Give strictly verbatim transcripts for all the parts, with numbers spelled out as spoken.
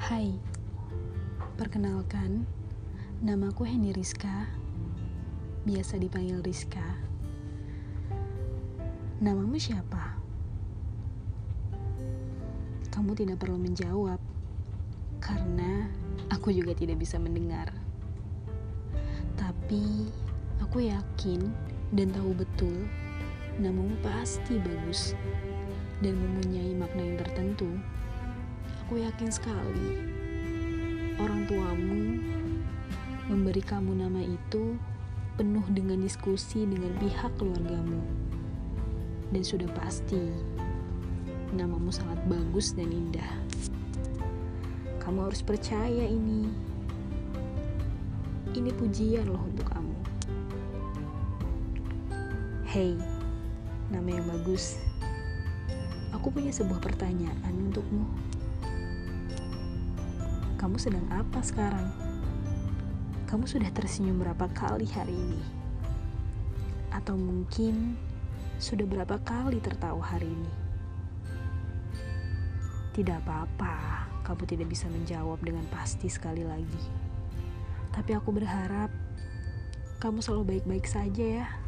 Hai, perkenalkan, namaku Heni Rizka, biasa dipanggil Rizka. Namamu siapa? Kamu tidak perlu menjawab, karena aku juga tidak bisa mendengar. Tapi, aku yakin dan tahu betul, namamu pasti bagus dan mempunyai makna yang tertentu. Aku yakin sekali orang tuamu memberi kamu nama itu penuh dengan diskusi dengan pihak keluargamu. Dan sudah pasti namamu sangat bagus dan indah. Kamu harus percaya ini. Ini pujian loh untuk kamu. Hei, nama yang bagus. Aku punya sebuah pertanyaan untukmu. Kamu sedang apa sekarang? Kamu sudah tersenyum berapa kali hari ini? Atau mungkin sudah berapa kali tertawa hari ini? Tidak apa-apa, kamu tidak bisa menjawab dengan pasti sekali lagi. Tapi aku berharap kamu selalu baik-baik saja ya.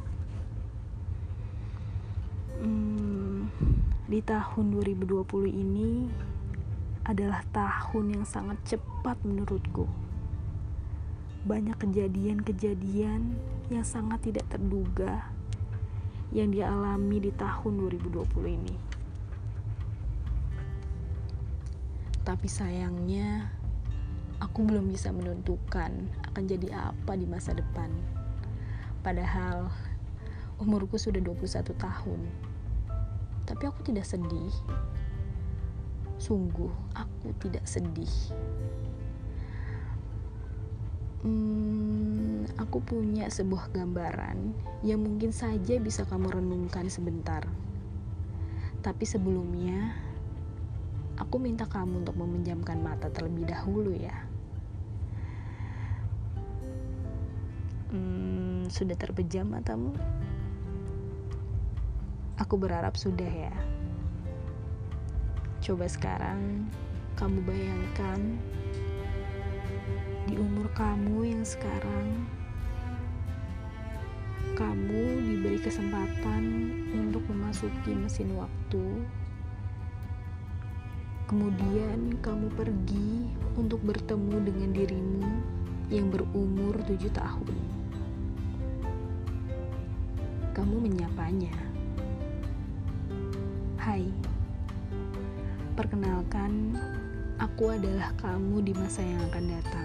Hmm, di tahun dua ribu dua puluh ini adalah tahun yang sangat cepat menurutku. Banyak kejadian-kejadian yang sangat tidak terduga yang dialami di tahun dua ribu dua puluh ini. Tapi sayangnya, aku belum bisa menentukan akan jadi apa di masa depan. Padahal umurku sudah dua puluh satu tahun. Tapi aku tidak sedih. Sungguh, aku tidak sedih. Hmm, aku punya sebuah gambaran yang mungkin saja bisa kamu renungkan sebentar. Tapi sebelumnya, aku minta kamu untuk memejamkan mata terlebih dahulu ya. Hmm, sudah terpejam matamu? Aku berharap sudah ya. Coba sekarang kamu bayangkan di umur kamu yang sekarang kamu diberi kesempatan untuk memasuki mesin waktu. Kemudian kamu pergi untuk bertemu dengan dirimu yang berumur tujuh tahun. Kamu menyapanya. Hai. Perkenalkan, aku adalah kamu di masa yang akan datang.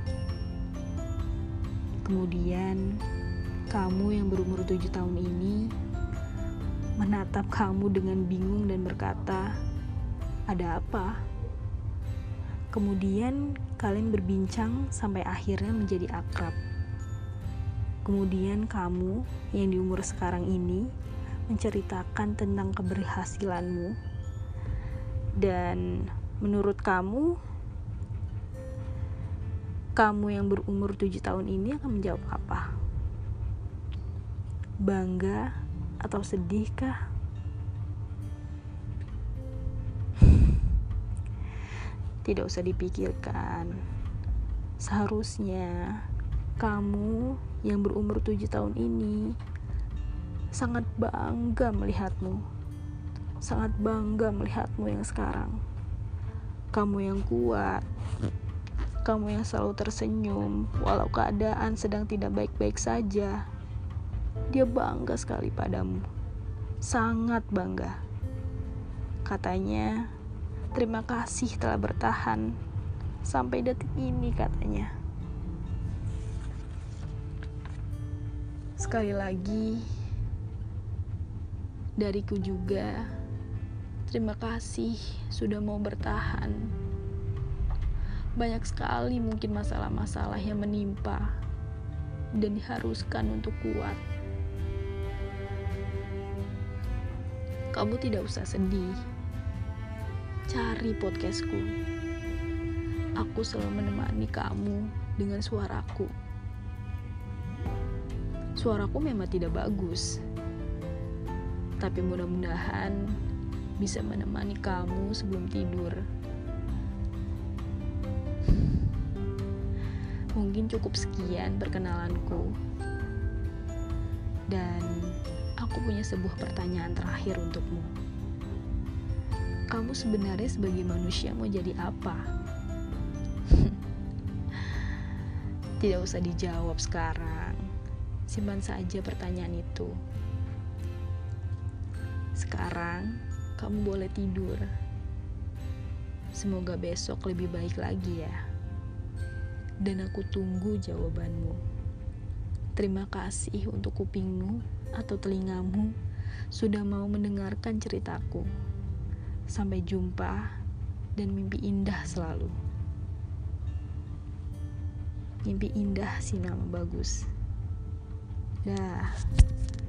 Kemudian, kamu yang berumur tujuh tahun ini menatap kamu dengan bingung dan berkata, "Ada apa?" Kemudian, kalian berbincang sampai akhirnya menjadi akrab. Kemudian, kamu yang di umur sekarang ini menceritakan tentang keberhasilanmu. Dan menurut kamu, kamu yang berumur tujuh tahun ini akan menjawab apa? Bangga atau sedih kah? Tidak usah dipikirkan. Seharusnya kamu yang berumur tujuh tahun ini sangat bangga melihatmu. Sangat bangga melihatmu yang sekarang. Kamu yang kuat. Kamu yang selalu tersenyum walau keadaan sedang tidak baik-baik saja. Dia bangga sekali padamu. Sangat bangga. Katanya, terima kasih telah bertahan sampai detik ini katanya. Sekali lagi, dariku juga, terima kasih sudah mau bertahan. Banyak sekali mungkin masalah-masalah yang menimpa dan diharuskan untuk kuat. Kamu tidak usah sedih. Cari podcastku. Aku selalu menemani kamu dengan suaraku. Suaraku memang tidak bagus, tapi mudah-mudahan bisa menemani kamu sebelum tidur. mungkin cukup sekian perkenalanku. Dan aku punya sebuah pertanyaan terakhir untukmu. Kamu sebenarnya sebagai manusia mau jadi apa? Tidak usah dijawab sekarang. Simpan saja pertanyaan itu. Sekarang kamu boleh tidur. Semoga besok lebih baik lagi ya. Dan aku tunggu jawabanmu. Terima kasih untuk kupingmu atau telingamu sudah mau mendengarkan ceritaku. Sampai jumpa dan mimpi indah selalu. Mimpi indah sih nama bagus. Dah.